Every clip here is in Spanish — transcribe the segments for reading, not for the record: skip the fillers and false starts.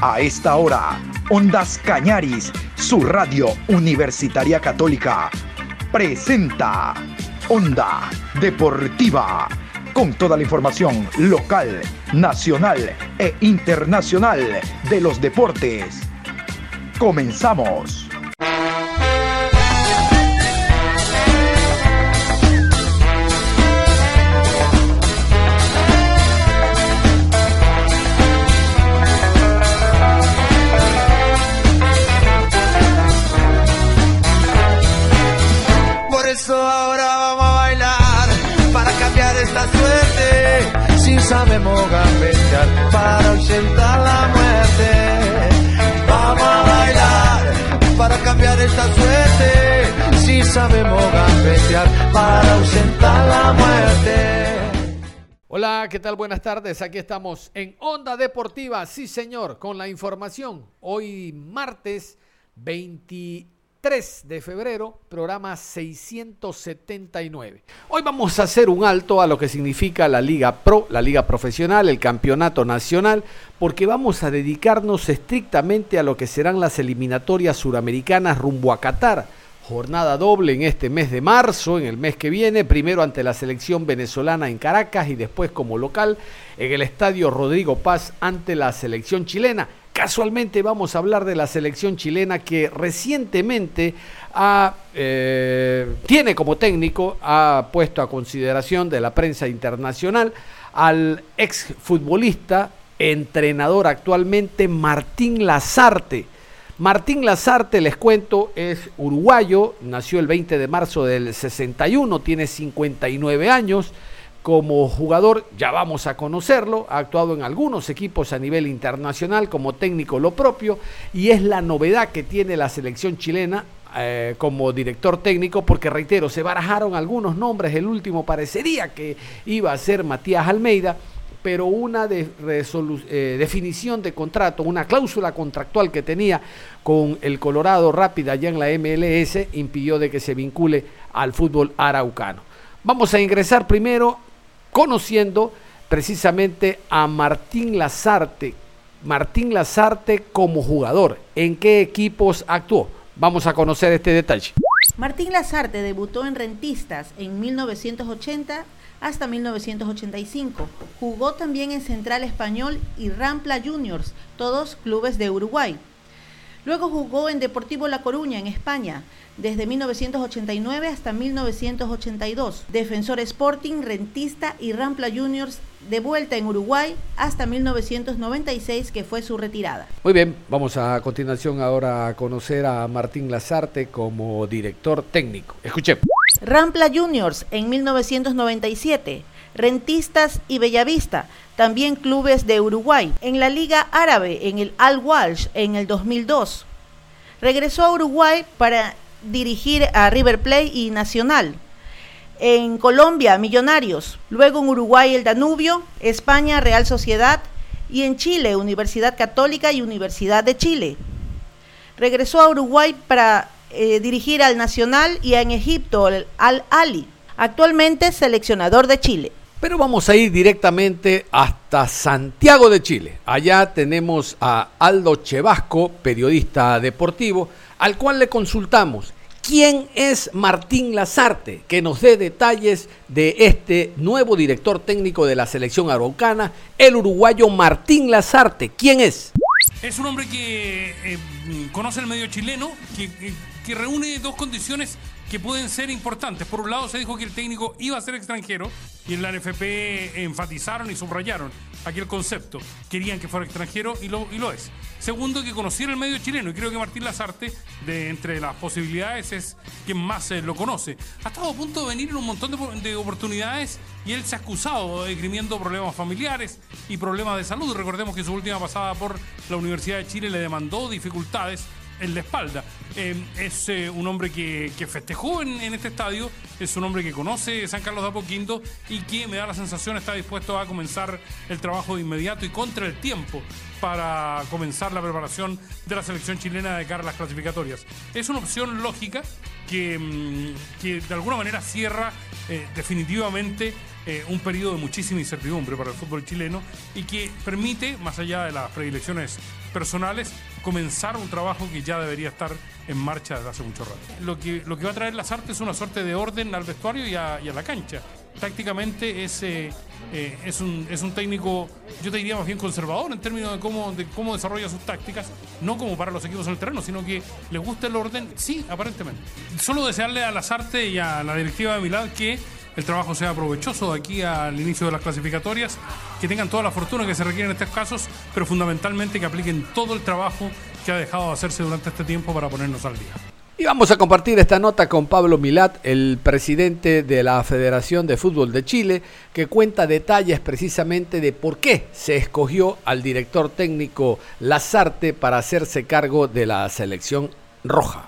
A esta hora, Ondas Cañaris, su radio universitaria católica, presenta Onda Deportiva, con toda la información local, nacional e internacional de los deportes. Comenzamos. Ahora vamos a bailar para cambiar esta suerte. Si sabemos gambetear para ausentar la muerte. Vamos a bailar para cambiar esta suerte. Si sabemos gambetear para ausentar la muerte. Hola, ¿qué tal? Buenas tardes. Aquí estamos en Onda Deportiva, sí señor, con la información. Hoy martes 23 de febrero, programa 679. Hoy vamos a hacer un alto a lo que significa la Liga Pro, la Liga Profesional, el Campeonato Nacional, porque vamos a dedicarnos estrictamente a lo que serán las eliminatorias suramericanas rumbo a Qatar. Jornada doble en este mes de marzo, en el mes que viene, primero ante la selección venezolana en Caracas y después como local en el Estadio Rodrigo Paz ante la selección chilena. Casualmente vamos a hablar de la selección chilena que recientemente tiene como técnico, ha puesto a consideración de la prensa internacional al exfutbolista, entrenador actualmente, Martín Lazarte. Martín Lazarte, les cuento, es uruguayo, nació el 20 de marzo del 61, tiene 59 años. Como jugador, ya vamos a conocerlo, ha actuado en algunos equipos a nivel internacional, como técnico lo propio, y es la novedad que tiene la selección chilena como director técnico, porque reitero, se barajaron algunos nombres, el último parecería que iba a ser Matías Almeida, pero una definición de contrato, una cláusula contractual que tenía con el Colorado Rapids allá en la MLS, impidió de que se vincule al fútbol araucano. Vamos a ingresar primero conociendo precisamente a Martín Lazarte. Martín Lazarte como jugador, ¿en qué equipos actuó? Vamos a conocer este detalle. Martín Lazarte debutó en Rentistas en 1980 hasta 1985. Jugó también en Central Español y Rampla Juniors, todos clubes de Uruguay. Luego jugó en Deportivo La Coruña, en España, desde 1989 hasta 1982. Defensor Sporting, Rentista y Rampla Juniors, de vuelta en Uruguay hasta 1996, que fue su retirada. Muy bien, vamos a continuación ahora a conocer a Martín Lazarte como director técnico. Escuchemos. Rampla Juniors en 1997. Rentistas y Bellavista, también clubes de Uruguay. En la Liga Árabe, en el Al-Walsh, en el 2002. Regresó a Uruguay para dirigir a River Plate y Nacional. En Colombia, Millonarios. Luego en Uruguay, el Danubio. España, Real Sociedad. Y en Chile, Universidad Católica y Universidad de Chile. Regresó a Uruguay para dirigir al Nacional y en Egipto, el Al-Ali. Actualmente seleccionador de Chile. Pero vamos a ir directamente hasta Santiago de Chile. Allá tenemos a Aldo Chevasco, periodista deportivo, al cual le consultamos quién es Martín Lazarte, que nos dé detalles de este nuevo director técnico de la selección araucana, el uruguayo Martín Lazarte. ¿Quién es? Es un hombre que conoce el medio chileno, que reúne dos condiciones que pueden ser importantes. Por un lado, se dijo que el técnico iba a ser extranjero y en la NFP enfatizaron y subrayaron aquel concepto. Querían que fuera extranjero y lo es. Segundo, que conociera el medio chileno, y creo que Martín Lazarte, entre las posibilidades, es quien más lo conoce. Ha estado a punto de venir en un montón de oportunidades y él se ha excusado esgrimiendo problemas familiares y problemas de salud. Recordemos que su última pasada por la Universidad de Chile le demandó dificultades en la espalda. Es un hombre que festejó en este estadio, es un hombre que conoce San Carlos de Apoquindo y que me da la sensación está dispuesto a comenzar el trabajo de inmediato y contra el tiempo para comenzar la preparación de la selección chilena de cara a las clasificatorias. Es una opción lógica que de alguna manera cierra definitivamente un periodo de muchísima incertidumbre para el fútbol chileno y que permite, más allá de las predilecciones personales, comenzar un trabajo que ya debería estar en marcha desde hace mucho rato. Lo que va a traer Lasarte es una suerte de orden al vestuario y a la cancha. Tácticamente es un técnico, yo te diría más bien conservador en términos de cómo desarrolla sus tácticas, no como para los equipos en el terreno, sino que le gusta el orden, sí, aparentemente. Solo desearle a Lasarte y a la directiva de Milad que el trabajo sea provechoso de aquí al inicio de las clasificatorias, que tengan toda la fortuna que se requiere en estos casos, pero fundamentalmente que apliquen todo el trabajo que ha dejado de hacerse durante este tiempo para ponernos al día. Y vamos a compartir esta nota con Pablo Milat, el presidente de la Federación de Fútbol de Chile, que cuenta detalles precisamente de por qué se escogió al director técnico Lasarte para hacerse cargo de la selección roja.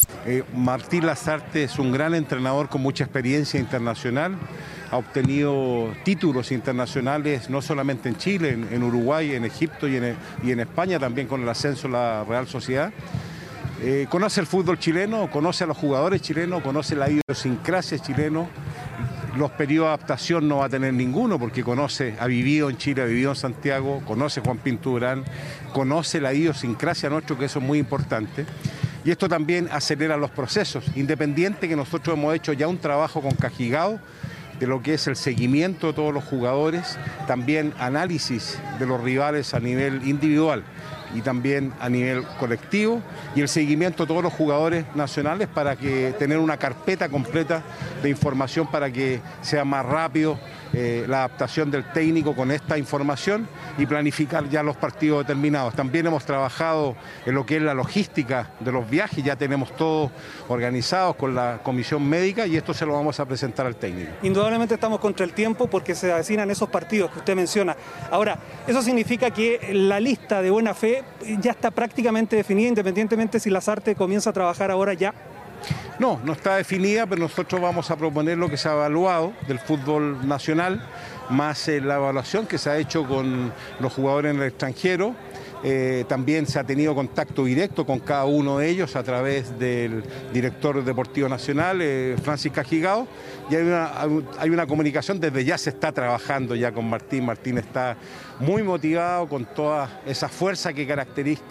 Martín Lasarte es un gran entrenador con mucha experiencia internacional, ha obtenido títulos internacionales no solamente en Chile, en Uruguay, en Egipto y en España, también con el ascenso a la Real Sociedad. Conoce el fútbol chileno, conoce a los jugadores chilenos, conoce la idiosincrasia chilena. Los periodos de adaptación no va a tener ninguno porque ha vivido en Chile, ha vivido en Santiago, conoce Juan Pinto Durán, conoce la idiosincrasia nuestra, que eso es muy importante. Y esto también acelera los procesos, independiente que nosotros hemos hecho ya un trabajo con Cajigao de lo que es el seguimiento de todos los jugadores, también análisis de los rivales a nivel individual y también a nivel colectivo, y el seguimiento de todos los jugadores nacionales para que tener una carpeta completa de información para que sea más rápido la adaptación del técnico con esta información y planificar ya los partidos determinados. También hemos trabajado en lo que es la logística de los viajes, ya tenemos todo organizado con la comisión médica y esto se lo vamos a presentar al técnico. Indudablemente estamos contra el tiempo porque se avecinan esos partidos que usted menciona. Ahora, eso significa que la lista de buena fe ya está prácticamente definida, independientemente si Lasarte comienza a trabajar ahora ya. No está definida, pero nosotros vamos a proponer lo que se ha evaluado del fútbol nacional, más la evaluación que se ha hecho con los jugadores en el extranjero. También se ha tenido contacto directo con cada uno de ellos a través del director deportivo nacional, Francis Cajigao, y hay una comunicación, desde ya se está trabajando ya con Martín. Martín está muy motivado con toda esa fuerza que caracteriza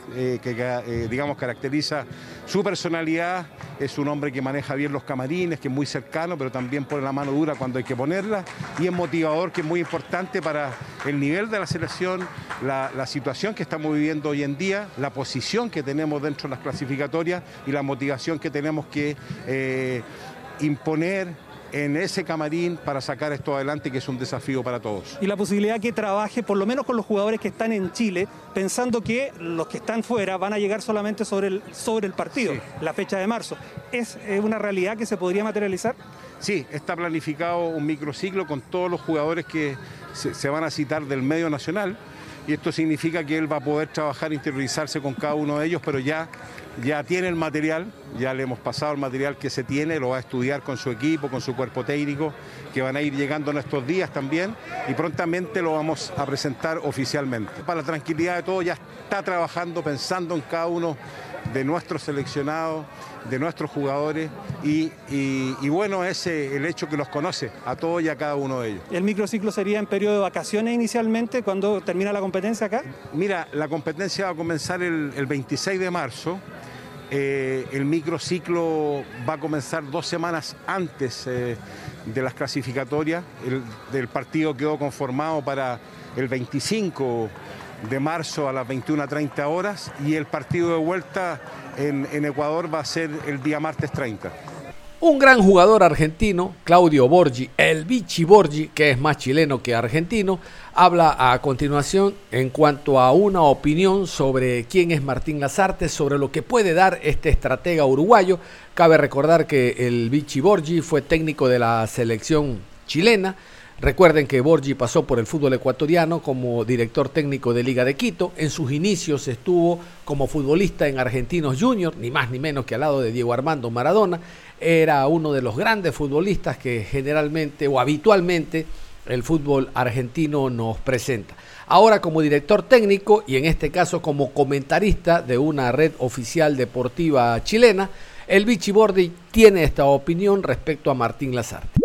su personalidad. Es un hombre que maneja bien los camarines, que es muy cercano, pero también pone la mano dura cuando hay que ponerla, y es motivador, que es muy importante para el nivel de la selección, la situación que estamos viviendo hoy en día, la posición que tenemos dentro de las clasificatorias y la motivación que tenemos que imponer en ese camarín para sacar esto adelante, que es un desafío para todos. Y la posibilidad que trabaje por lo menos con los jugadores que están en Chile, pensando que los que están fuera van a llegar solamente sobre el partido, sí, la fecha de marzo. ¿Es una realidad que se podría materializar? Sí, está planificado un microciclo con todos los jugadores que se van a citar del medio nacional, y esto significa que él va a poder trabajar, interiorizarse con cada uno de ellos, pero ya tiene el material, ya le hemos pasado el material que se tiene, lo va a estudiar con su equipo, con su cuerpo técnico, que van a ir llegando en estos días también, y prontamente lo vamos a presentar oficialmente. Para la tranquilidad de todos, ya está trabajando, pensando en cada uno de nuestros seleccionados, de nuestros jugadores, y bueno, es el hecho que los conoce a todos y a cada uno de ellos. ¿El microciclo sería en periodo de vacaciones inicialmente, cuando termina la competencia acá? Mira, la competencia va a comenzar el 26 de marzo. El microciclo va a comenzar 2 semanas antes de las clasificatorias. Del partido quedó conformado para el 25 de marzo a las 21:30 horas, y el partido de vuelta en Ecuador va a ser el día martes 30. Un gran jugador argentino, Claudio Borgi, el Vichy Borgi, que es más chileno que argentino, habla a continuación en cuanto a una opinión sobre quién es Martín Lasarte, sobre lo que puede dar este estratega uruguayo. Cabe recordar que el Vichy Borgi fue técnico de la selección chilena. Recuerden que Borgi pasó por el fútbol ecuatoriano como director técnico de Liga de Quito. En sus inicios estuvo como futbolista en Argentinos Juniors, ni más ni menos que al lado de Diego Armando Maradona. Era uno de los grandes futbolistas que generalmente o habitualmente el fútbol argentino nos presenta. Ahora como director técnico, y en este caso como comentarista de una red oficial deportiva chilena, el Vichy Borgi tiene esta opinión respecto a Martín Lasarte. Yo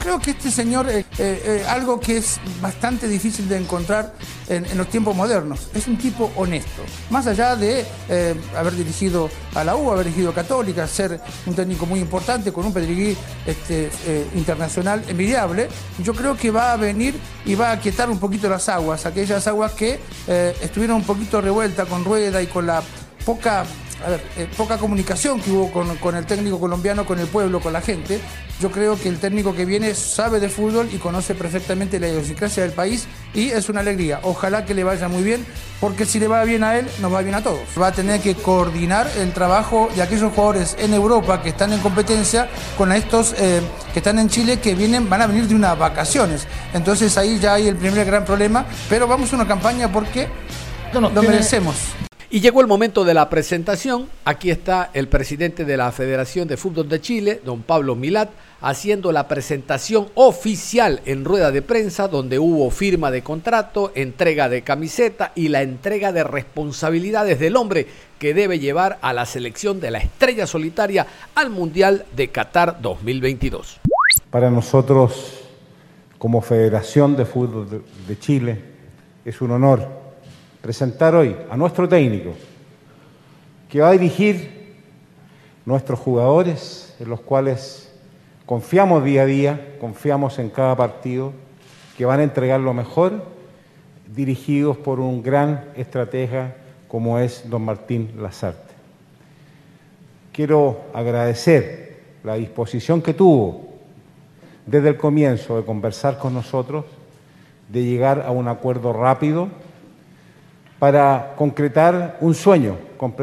creo que este señor, algo que es bastante difícil de encontrar en los tiempos modernos, es un tipo honesto. Más allá de haber dirigido a la U, haber dirigido a Católica, ser un técnico muy importante, con un pedigrí internacional envidiable, yo creo que va a venir y va a aquietar un poquito las aguas, aquellas aguas que estuvieron un poquito revueltas con Rueda y con la poca comunicación que hubo con el técnico colombiano, con el pueblo, con la gente. Yo creo que el técnico que viene sabe de fútbol y conoce perfectamente la idiosincrasia del país y es una alegría. Ojalá que le vaya muy bien, porque si le va bien a él, nos va bien a todos. Va a tener que coordinar el trabajo de aquellos jugadores en Europa que están en competencia con estos que están en Chile, que van a venir de unas vacaciones. Entonces ahí ya hay el primer gran problema, pero vamos a una campaña porque lo merecemos. Y llegó el momento de la presentación. Aquí está el presidente de la Federación de Fútbol de Chile, don Pablo Milat, haciendo la presentación oficial en rueda de prensa, donde hubo firma de contrato, entrega de camiseta y la entrega de responsabilidades del hombre que debe llevar a la selección de la estrella solitaria al Mundial de Qatar 2022. Para nosotros, como Federación de Fútbol de Chile, es un honor presentar hoy a nuestro técnico, que va a dirigir nuestros jugadores, en los cuales confiamos día a día, confiamos en cada partido, que van a entregar lo mejor, dirigidos por un gran estratega como es don Martín Lasarte. Quiero agradecer la disposición que tuvo desde el comienzo de conversar con nosotros, de llegar a un acuerdo rápido, para concretar un sueño,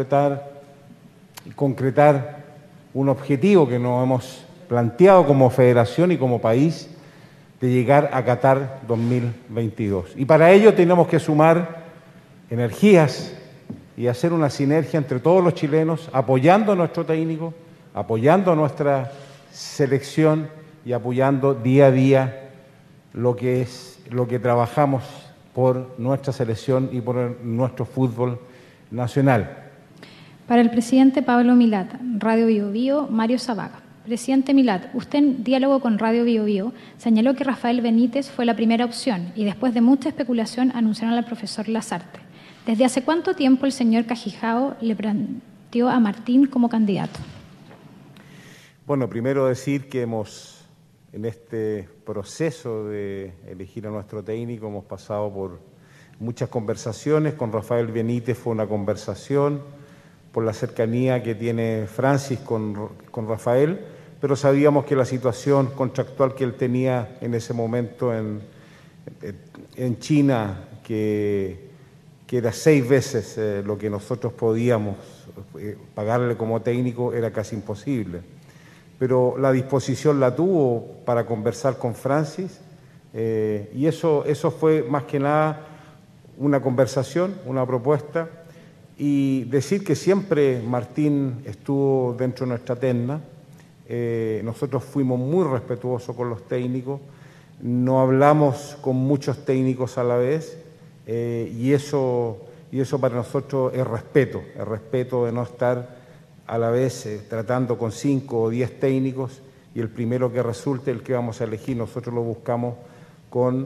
concretar un objetivo que nos hemos planteado como federación y como país, de llegar a Qatar 2022. Y para ello tenemos que sumar energías y hacer una sinergia entre todos los chilenos, apoyando a nuestro técnico, apoyando a nuestra selección y apoyando día a día lo que trabajamos por nuestra selección y por nuestro fútbol nacional. Para el presidente Pablo Milat, Radio Bio Bio, Mario Zabaga. Presidente Milat, usted en diálogo con Radio Bio Bio señaló que Rafael Benítez fue la primera opción y después de mucha especulación anunciaron al profesor Lasarte. ¿Desde hace cuánto tiempo el señor Cajijao le planteó a Martín como candidato? Bueno, primero decir que en este proceso de elegir a nuestro técnico hemos pasado por muchas conversaciones. Con Rafael Benítez fue una conversación por la cercanía que tiene Francis con Rafael, pero sabíamos que la situación contractual que él tenía en ese momento en China, que era 6 veces lo que nosotros podíamos pagarle como técnico, era casi imposible. Pero la disposición la tuvo para conversar con Francis y eso fue más que nada una conversación, una propuesta, y decir que siempre Martín estuvo dentro de nuestra terna. Nosotros fuimos muy respetuosos con los técnicos, no hablamos con muchos técnicos a la vez y eso para nosotros es respeto de no estar a la vez tratando con 5 o 10 técnicos y el primero que resulte, el que vamos a elegir. Nosotros lo buscamos con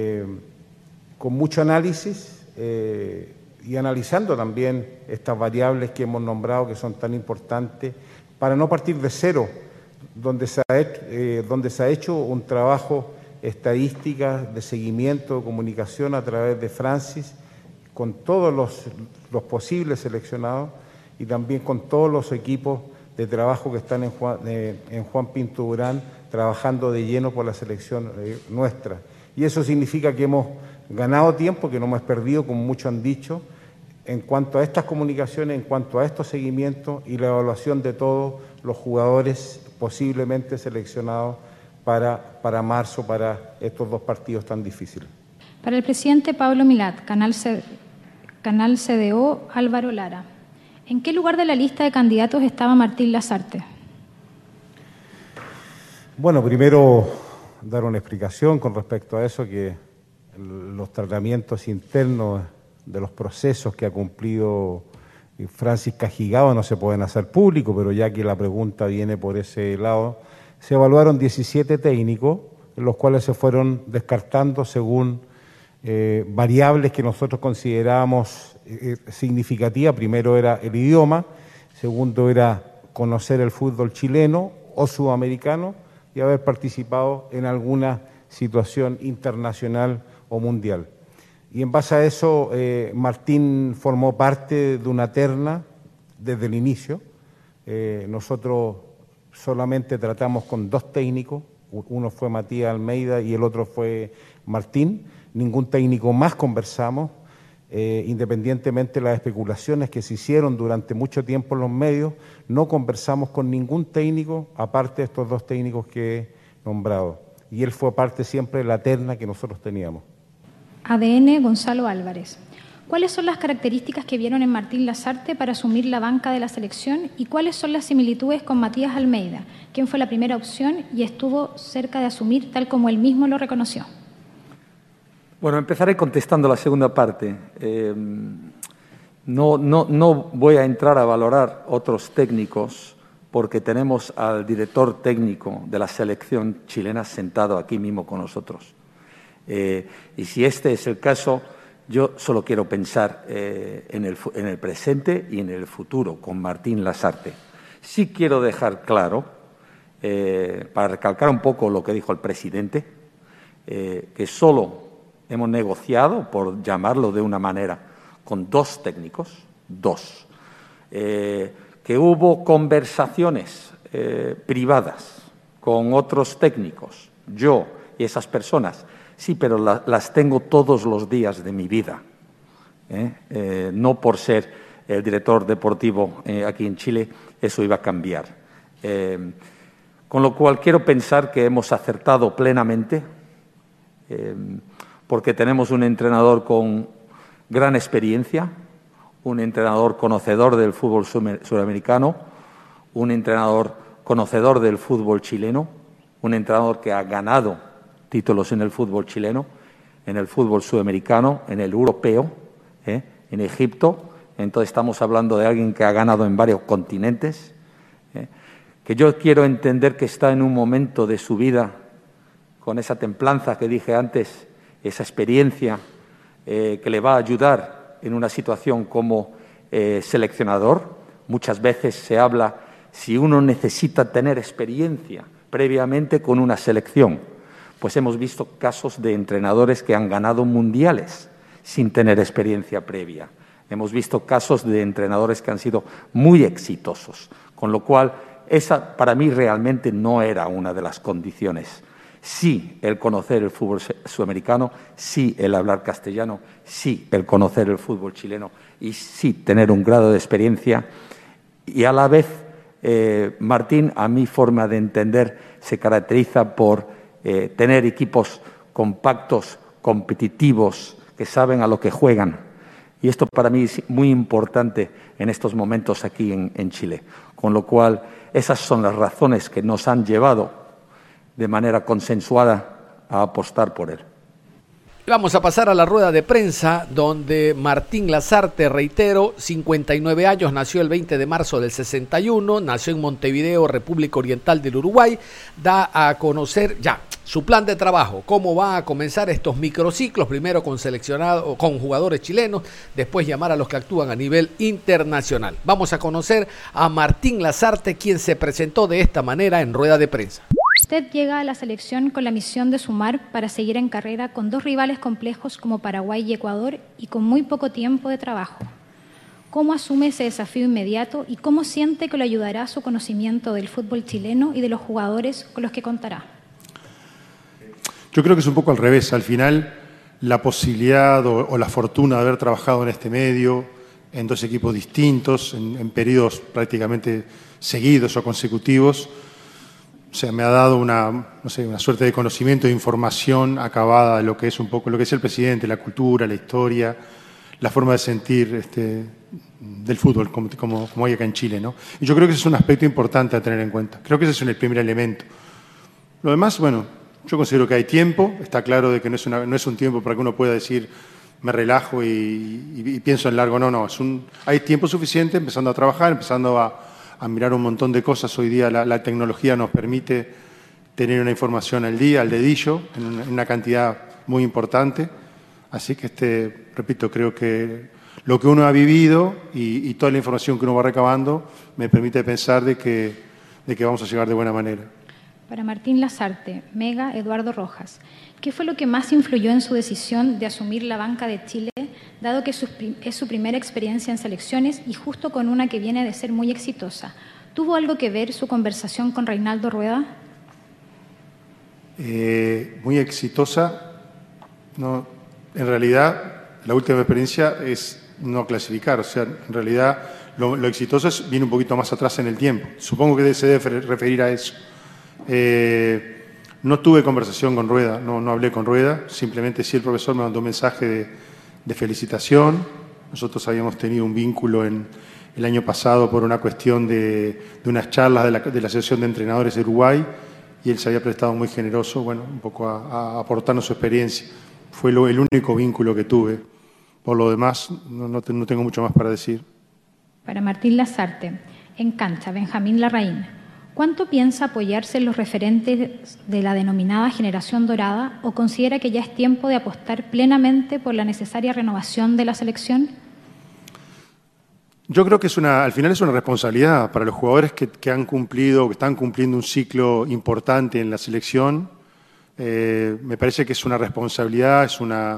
mucho análisis y analizando también estas variables que hemos nombrado, que son tan importantes, para no partir de cero, donde se ha hecho un trabajo estadística, de seguimiento, de comunicación a través de Francis, con todos los posibles seleccionados, y también con todos los equipos de trabajo que están en Juan Pinto Durán, trabajando de lleno por la selección nuestra. Y eso significa que hemos ganado tiempo, que no hemos perdido, como muchos han dicho, en cuanto a estas comunicaciones, en cuanto a estos seguimientos y la evaluación de todos los jugadores posiblemente seleccionados para marzo, para estos 2 partidos tan difíciles. Para el presidente Pablo Milat, Canal CDO, Álvaro Lara. ¿En qué lugar de la lista de candidatos estaba Martín Lasarte? Bueno, primero dar una explicación con respecto a eso, que los tratamientos internos de los procesos que ha cumplido Francis Cajigao no se pueden hacer públicos, pero ya que la pregunta viene por ese lado, se evaluaron 17 técnicos los cuales se fueron descartando según variables que nosotros considerábamos significativas. Primero era el idioma, segundo era conocer el fútbol chileno o sudamericano y haber participado en alguna situación internacional o mundial. Y en base a eso, Martín formó parte de una terna desde el inicio. Nosotros solamente tratamos con 2 técnicos, uno fue Matías Almeida y el otro fue Martín. Ningún técnico más conversamos, independientemente de las especulaciones que se hicieron durante mucho tiempo en los medios, no conversamos con ningún técnico, aparte de estos 2 técnicos que he nombrado. Y él fue parte siempre de la terna que nosotros teníamos. ADN Gonzalo Álvarez. ¿Cuáles son las características que vieron en Martín Lasarte para asumir la banca de la selección y cuáles son las similitudes con Matías Almeida, quien fue la primera opción y estuvo cerca de asumir tal como él mismo lo reconoció? Bueno, empezaré contestando la segunda parte. No voy a entrar a valorar otros técnicos porque tenemos al director técnico de la selección chilena sentado aquí mismo con nosotros. Y si este es el caso, yo solo quiero pensar en el presente y en el futuro con Martín Lasarte. Sí quiero dejar claro, para recalcar un poco lo que dijo el presidente, que solo hemos negociado, por llamarlo de una manera, con 2 técnicos, 2, que hubo conversaciones privadas con otros técnicos, yo y esas personas. Sí, pero las tengo todos los días de mi vida, no por ser el director deportivo aquí en Chile, eso iba a cambiar. Con lo cual quiero pensar que hemos acertado plenamente, porque tenemos un entrenador con gran experiencia, un entrenador conocedor del fútbol sudamericano, un entrenador conocedor del fútbol chileno, un entrenador que ha ganado títulos en el fútbol chileno, en el fútbol sudamericano, en el europeo, en Egipto. Entonces estamos hablando de alguien que ha ganado en varios continentes, que yo quiero entender que está en un momento de su vida con esa templanza que dije antes, esa experiencia que le va a ayudar en una situación como seleccionador. Muchas veces se habla si uno necesita tener experiencia previamente con una selección. Pues hemos visto casos de entrenadores que han ganado mundiales sin tener experiencia previa. Hemos visto casos de entrenadores que han sido muy exitosos, con lo cual esa para mí realmente no era una de las condiciones. Sí, el conocer el fútbol sudamericano, sí, el hablar castellano, sí, el conocer el fútbol chileno y sí, tener un grado de experiencia. Y a la vez, Martín, a mi forma de entender, se caracteriza por tener equipos compactos, competitivos, que saben a lo que juegan. Y esto para mí es muy importante en estos momentos aquí en Chile. Con lo cual, esas son las razones que nos han llevado de manera consensuada a apostar por él. Vamos a pasar a la rueda de prensa donde Martín Lasarte, reitero, 59 años, nació el 20 de marzo del 61, nació en Montevideo, República Oriental del Uruguay, da a conocer ya su plan de trabajo, cómo va a comenzar estos microciclos, primero con jugadores chilenos, después llamar a los que actúan a nivel internacional. Vamos a conocer a Martín Lasarte, quien se presentó de esta manera en rueda de prensa. Usted llega a la selección con la misión de sumar para seguir en carrera con 2 rivales complejos como Paraguay y Ecuador y con muy poco tiempo de trabajo. ¿Cómo asume ese desafío inmediato y cómo siente que lo ayudará a su conocimiento del fútbol chileno y de los jugadores con los que contará? Yo creo que es un poco al revés. Al final, la posibilidad o la fortuna de haber trabajado en este medio, en 2 equipos distintos, en periodos prácticamente seguidos o consecutivos, o sea, me ha dado una suerte de conocimiento, de información acabada de lo que es un poco lo que es el presidente, la cultura, la historia, la forma de sentir del fútbol como hay acá en Chile, ¿no? Y yo creo que ese es un aspecto importante a tener en cuenta. Creo que ese es el primer elemento. Lo demás, bueno, yo considero que hay tiempo. Está claro de que no es un tiempo para que uno pueda decir me relajo y pienso en largo. No. Hay tiempo suficiente empezando a trabajar, empezando a mirar un montón de cosas. Hoy día la tecnología nos permite tener una información al día, al dedillo, en una cantidad muy importante. Así que, repito, creo que lo que uno ha vivido y toda la información que uno va recabando me permite pensar de que vamos a llegar de buena manera. Para Martín Lasarte, Mega, Eduardo Rojas, ¿qué fue lo que más influyó en su decisión de asumir la banca de Chile, dado que es su primera experiencia en selecciones y justo con una que viene de ser muy exitosa? ¿Tuvo algo que ver su conversación con Reinaldo Rueda? Muy exitosa. No, en realidad, la última experiencia es no clasificar. O sea, en realidad, lo exitoso viene un poquito más atrás en el tiempo. Supongo que se debe referir a eso. No tuve conversación con Rueda, no hablé con Rueda, simplemente sí el profesor me mandó un mensaje de felicitación. Nosotros habíamos tenido un vínculo el año pasado por una cuestión de unas charlas de la Asociación de Entrenadores de Uruguay, y él se había prestado muy generoso, bueno, un poco a aportarnos su experiencia. Fue el único vínculo que tuve. Por lo demás, no tengo mucho más para decir. Para Martín Lasarte, en cancha, Benjamín Larraín, ¿cuánto piensa apoyarse en los referentes de la denominada generación dorada o considera que ya es tiempo de apostar plenamente por la necesaria renovación de la selección? Yo creo que al final es una responsabilidad para los jugadores que han cumplido, que están cumpliendo un ciclo importante en la selección. Me parece que es una responsabilidad,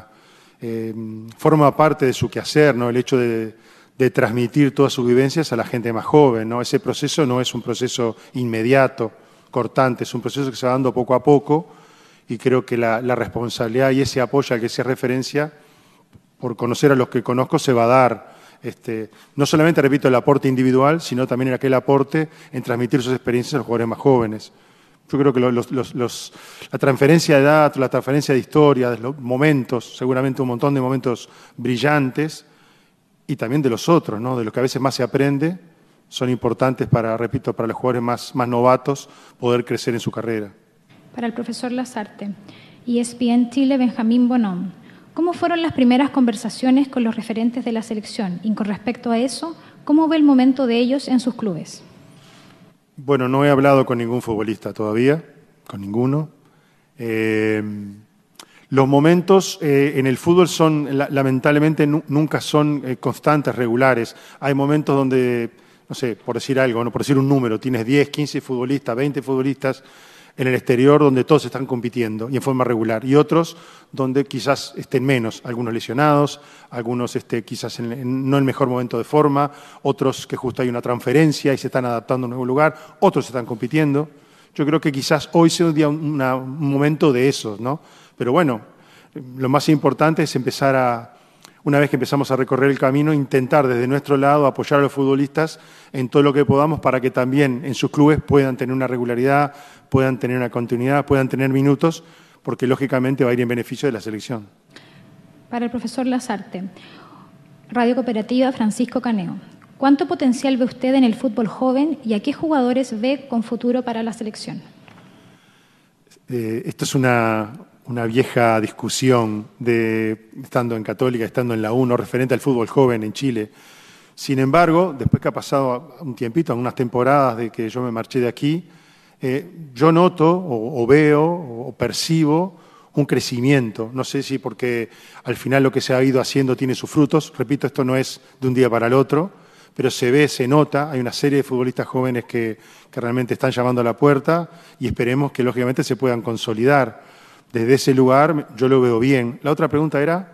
forma parte de su quehacer, ¿no? El hecho de transmitir todas sus vivencias a la gente más joven, ¿no? Ese proceso no es un proceso inmediato, cortante, es un proceso que se va dando poco a poco, y creo que la responsabilidad y ese apoyo al que se referencia, por conocer a los que conozco, se va a dar. No solamente, repito, el aporte individual, sino también aquel aporte en transmitir sus experiencias a los jugadores más jóvenes. Yo creo que la transferencia de edad, la transferencia de historia, de los momentos, seguramente un montón de momentos brillantes, y también de los otros, ¿no? De los que a veces más se aprende, son importantes para los jugadores más novatos poder crecer en su carrera. Para el profesor Lasarte, ESPN Chile, Benjamín Bonón, ¿cómo fueron las primeras conversaciones con los referentes de la selección? Y con respecto a eso, ¿cómo ve el momento de ellos en sus clubes? Bueno, no he hablado con ningún futbolista todavía, con ninguno. Los momentos en el fútbol lamentablemente nunca son constantes, regulares. Hay momentos donde, no sé, por decir algo, ¿no? Por decir un número, tienes 10, 15 futbolistas, 20 futbolistas en el exterior donde todos están compitiendo y en forma regular, y otros donde quizás estén menos, algunos lesionados, algunos quizás no en el mejor momento de forma, otros que justo hay una transferencia y se están adaptando a un nuevo lugar, otros están compitiendo. Yo creo que quizás hoy sea un momento de esos, ¿no? Pero bueno, lo más importante es una vez que empezamos a recorrer el camino, intentar desde nuestro lado apoyar a los futbolistas en todo lo que podamos para que también en sus clubes puedan tener una regularidad, puedan tener una continuidad, puedan tener minutos, porque lógicamente va a ir en beneficio de la selección. Para el profesor Lasarte, Radio Cooperativa Francisco Caneo, ¿cuánto potencial ve usted en el fútbol joven y a qué jugadores ve con futuro para la selección? Esto es una vieja discusión estando en Católica, estando en la 1, referente al fútbol joven en Chile. Sin embargo, después que ha pasado un tiempito, algunas temporadas de que yo me marché de aquí, yo noto o veo o percibo un crecimiento. No sé si porque al final lo que se ha ido haciendo tiene sus frutos. Repito, esto no es de un día para el otro, pero se ve, se nota. Hay una serie de futbolistas jóvenes que realmente están llamando a la puerta y esperemos que lógicamente se puedan consolidar. Desde ese lugar yo lo veo bien. La otra pregunta era...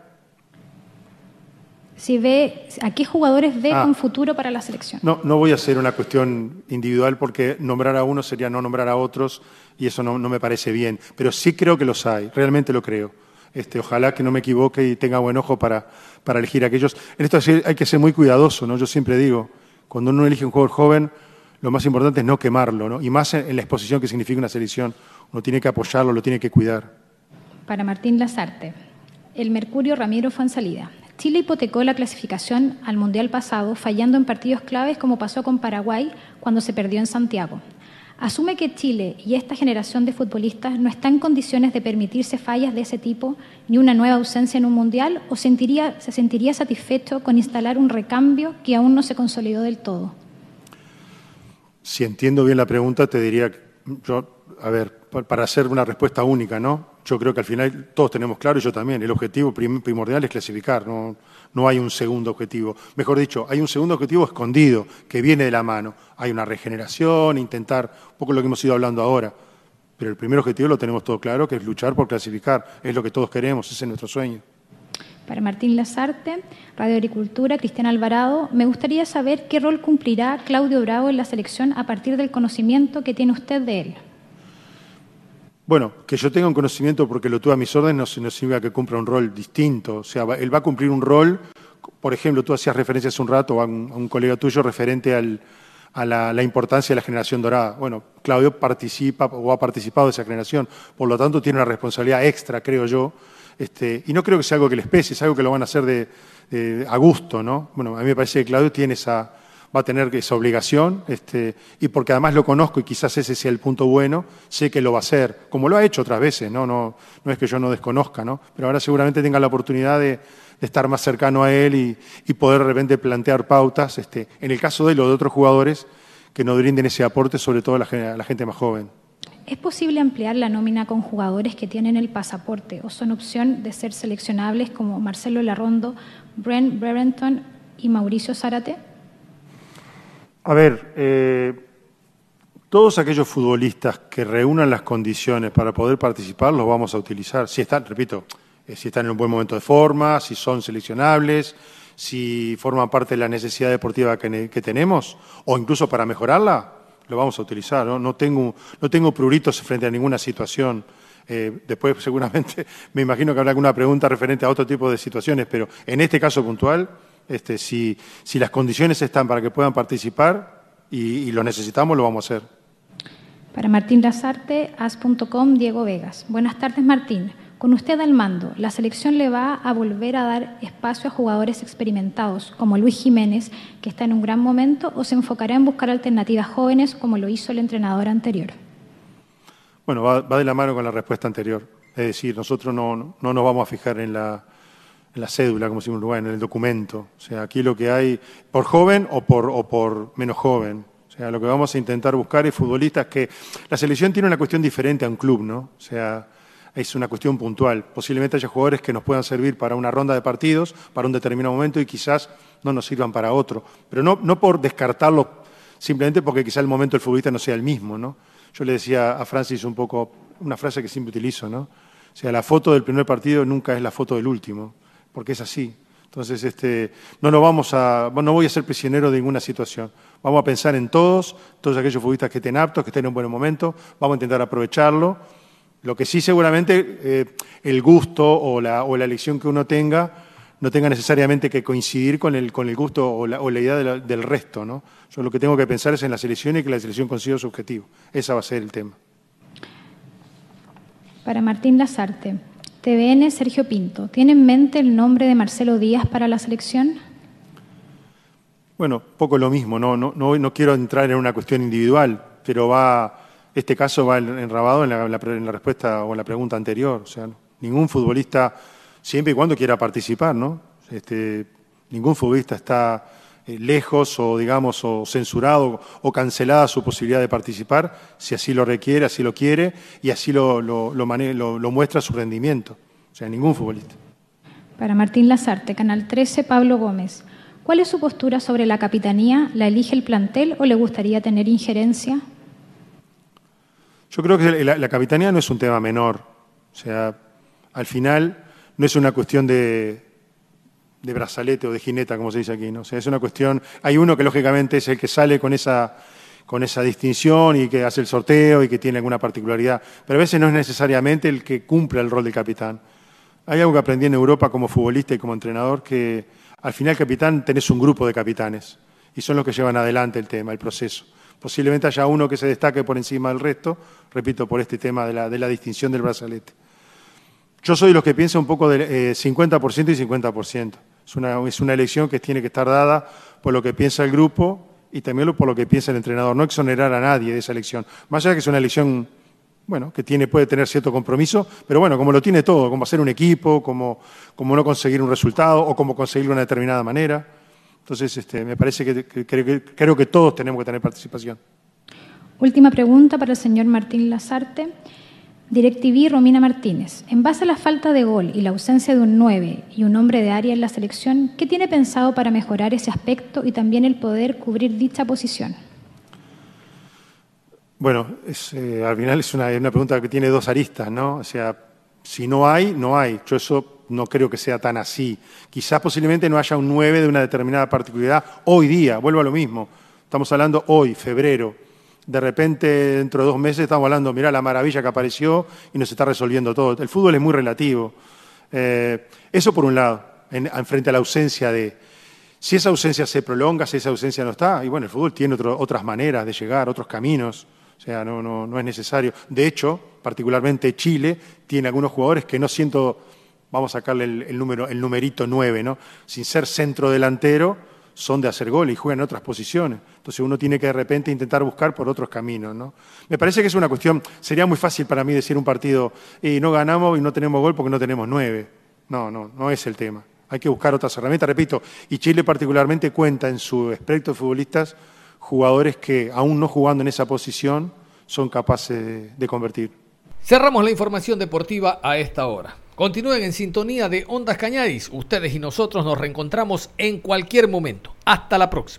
¿A qué jugadores ve con futuro para la selección? No voy a hacer una cuestión individual porque nombrar a uno sería no nombrar a otros y eso no me parece bien. Pero sí creo que los hay, realmente lo creo. Ojalá que no me equivoque y tenga buen ojo para elegir a aquellos. En esto hay que ser muy cuidadoso, ¿no? Yo siempre digo, cuando uno elige un jugador joven, lo más importante es no quemarlo, ¿no? Y más en la exposición que significa una selección. Uno tiene que apoyarlo, lo tiene que cuidar. Para Martín Lasarte, el Mercurio Ramiro Fuenzalida. Chile hipotecó la clasificación al Mundial pasado, fallando en partidos claves como pasó con Paraguay cuando se perdió en Santiago. ¿Asume que Chile y esta generación de futbolistas no está en condiciones de permitirse fallas de ese tipo ni una nueva ausencia en un Mundial o se sentiría satisfecho con instalar un recambio que aún no se consolidó del todo? Si entiendo bien la pregunta, te diría, para hacer una respuesta única, ¿no? Yo creo que al final todos tenemos claro, y yo también, el objetivo primordial es clasificar, no hay un segundo objetivo. Mejor dicho, hay un segundo objetivo escondido, que viene de la mano. Hay una regeneración, intentar, un poco lo que hemos ido hablando ahora, pero el primer objetivo lo tenemos todo claro, que es luchar por clasificar, es lo que todos queremos, ese es nuestro sueño. Para Martín Lasarte, Radio Agricultura, Cristian Alvarado, me gustaría saber qué rol cumplirá Claudio Bravo en la selección a partir del conocimiento que tiene usted de él. Bueno, que yo tenga un conocimiento porque lo tuve a mis órdenes no significa que cumpla un rol distinto. O sea, él va a cumplir un rol, por ejemplo, tú hacías referencia hace un rato a un colega tuyo referente a la importancia de la generación dorada. Bueno, Claudio participa o ha participado de esa generación, por lo tanto tiene una responsabilidad extra, creo yo, y no creo que sea algo que les pese, es algo que lo van a hacer a gusto, ¿no? Bueno, a mí me parece que Claudio va a tener esa obligación, y porque además lo conozco y quizás ese sea el punto bueno, sé que lo va a hacer, como lo ha hecho otras veces, no es que yo no desconozca, ¿no? Pero ahora seguramente tenga la oportunidad de estar más cercano a él y poder de repente plantear pautas, en el caso de él o de otros jugadores que nos brinden ese aporte, sobre todo a la gente más joven. ¿Es posible ampliar la nómina con jugadores que tienen el pasaporte o son opción de ser seleccionables como Marcelo Larrondo, Brent Brereton y Mauricio Zárate? A ver, todos aquellos futbolistas que reúnan las condiciones para poder participar los vamos a utilizar. Si están, repito, si están en un buen momento de forma, si son seleccionables, si forman parte de la necesidad deportiva que tenemos, o incluso para mejorarla, lo vamos a utilizar, ¿no? No tengo pruritos frente a ninguna situación. Después seguramente me imagino que habrá alguna pregunta referente a otro tipo de situaciones, pero en este caso puntual, si las condiciones están para que puedan participar y lo necesitamos, lo vamos a hacer. Para Martín Lasarte, as.com, Diego Vegas. Buenas tardes, Martín. Con usted al mando, ¿la selección le va a volver a dar espacio a jugadores experimentados como Luis Jiménez, que está en un gran momento, o se enfocará en buscar alternativas jóvenes como lo hizo el entrenador anterior? Bueno, va de la mano con la respuesta anterior. Es decir, nosotros no nos vamos a fijar en la cédula, como decimos en Uruguay, en el documento. O sea, aquí lo que hay, por joven o por menos joven. O sea, lo que vamos a intentar buscar es futbolistas que... La selección tiene una cuestión diferente a un club, ¿no? O sea, es una cuestión puntual. Posiblemente haya jugadores que nos puedan servir para una ronda de partidos, para un determinado momento, y quizás no nos sirvan para otro. Pero no por descartarlo, simplemente porque quizás el momento del futbolista no sea el mismo, ¿no? Yo le decía a Francis un poco, una frase que siempre utilizo, ¿no? O sea, la foto del primer partido nunca es la foto del último, porque es así. Entonces, no voy a ser prisionero de ninguna situación. Vamos a pensar en todos aquellos futbolistas que estén aptos, que estén en un buen momento, vamos a intentar aprovecharlo. Lo que sí seguramente el gusto o la elección que uno tenga no tenga necesariamente que coincidir con el gusto o la idea del resto, ¿no? Yo lo que tengo que pensar es en la selección y que la selección consiga su objetivo. Ese va a ser el tema. Para Martín Lasarte, TVN, Sergio Pinto, ¿tiene en mente el nombre de Marcelo Díaz para la selección? Bueno, poco lo mismo. No quiero entrar en una cuestión individual, pero este caso va enrabado en la respuesta o en la pregunta anterior. O sea, ningún futbolista, siempre y cuando quiera participar, ¿no? Ningún futbolista está lejos o censurado o cancelada su posibilidad de participar, si así lo requiere, así lo quiere y así lo muestra su rendimiento. O sea, ningún futbolista. Para Martín Lasarte, Canal 13, Pablo Gómez. ¿Cuál es su postura sobre la capitanía? ¿La elige el plantel o le gustaría tener injerencia? Yo creo que la capitanía no es un tema menor. O sea, al final no es una cuestión de brazalete o de jineta, como se dice aquí, ¿no? O sea, es una cuestión... Hay uno que lógicamente es el que sale con esa distinción y que hace el sorteo y que tiene alguna particularidad, pero a veces no es necesariamente el que cumple el rol del capitán. Hay algo que aprendí en Europa como futbolista y como entrenador, que al final capitán tenés un grupo de capitanes y son los que llevan adelante el tema, el proceso. Posiblemente haya uno que se destaque por encima del resto, repito, por este tema de la distinción del brazalete. Yo soy de los que piensa un poco de 50% y 50%. Es una elección que tiene que estar dada por lo que piensa el grupo y también por lo que piensa el entrenador. No exonerar a nadie de esa elección. Más allá de que es una elección, bueno, que puede tener cierto compromiso, pero bueno, como lo tiene todo, como hacer un equipo, como no conseguir un resultado o como conseguirlo de una determinada manera. Entonces, me parece que creo que todos tenemos que tener participación. Última pregunta para el señor Martín Lasarte. DirecTV Romina Martínez, en base a la falta de gol y la ausencia de un 9 y un hombre de área en la selección, ¿qué tiene pensado para mejorar ese aspecto y también el poder cubrir dicha posición? Bueno, al final es una pregunta que tiene dos aristas, ¿no? O sea, si no hay, no hay. Yo eso no creo que sea tan así. Quizás posiblemente no haya un 9 de una determinada particularidad hoy día, vuelvo a lo mismo. Estamos hablando hoy, febrero. De repente, dentro de 2 meses, estamos hablando, mirá la maravilla que apareció y nos está resolviendo todo. El fútbol es muy relativo. Eso por un lado, frente a la ausencia de... Si esa ausencia se prolonga, si esa ausencia no está, y bueno, el fútbol tiene otras maneras de llegar, otros caminos. O sea, no es necesario. De hecho, particularmente Chile tiene algunos jugadores que no siento, vamos a sacarle el numerito 9, ¿no? Sin ser centro delantero, son de hacer gol y juegan en otras posiciones. Entonces uno tiene que de repente intentar buscar por otros caminos, ¿no? Me parece que es una cuestión, sería muy fácil para mí decir un partido, y no ganamos y no tenemos gol porque no tenemos 9. No es el tema. Hay que buscar otras herramientas, repito, y Chile particularmente cuenta en su espectro de futbolistas jugadores que, aún no jugando en esa posición, son capaces de convertir. Cerramos la información deportiva a esta hora. Continúen en sintonía de Ondas Cañaris. Ustedes y nosotros nos reencontramos en cualquier momento. Hasta la próxima.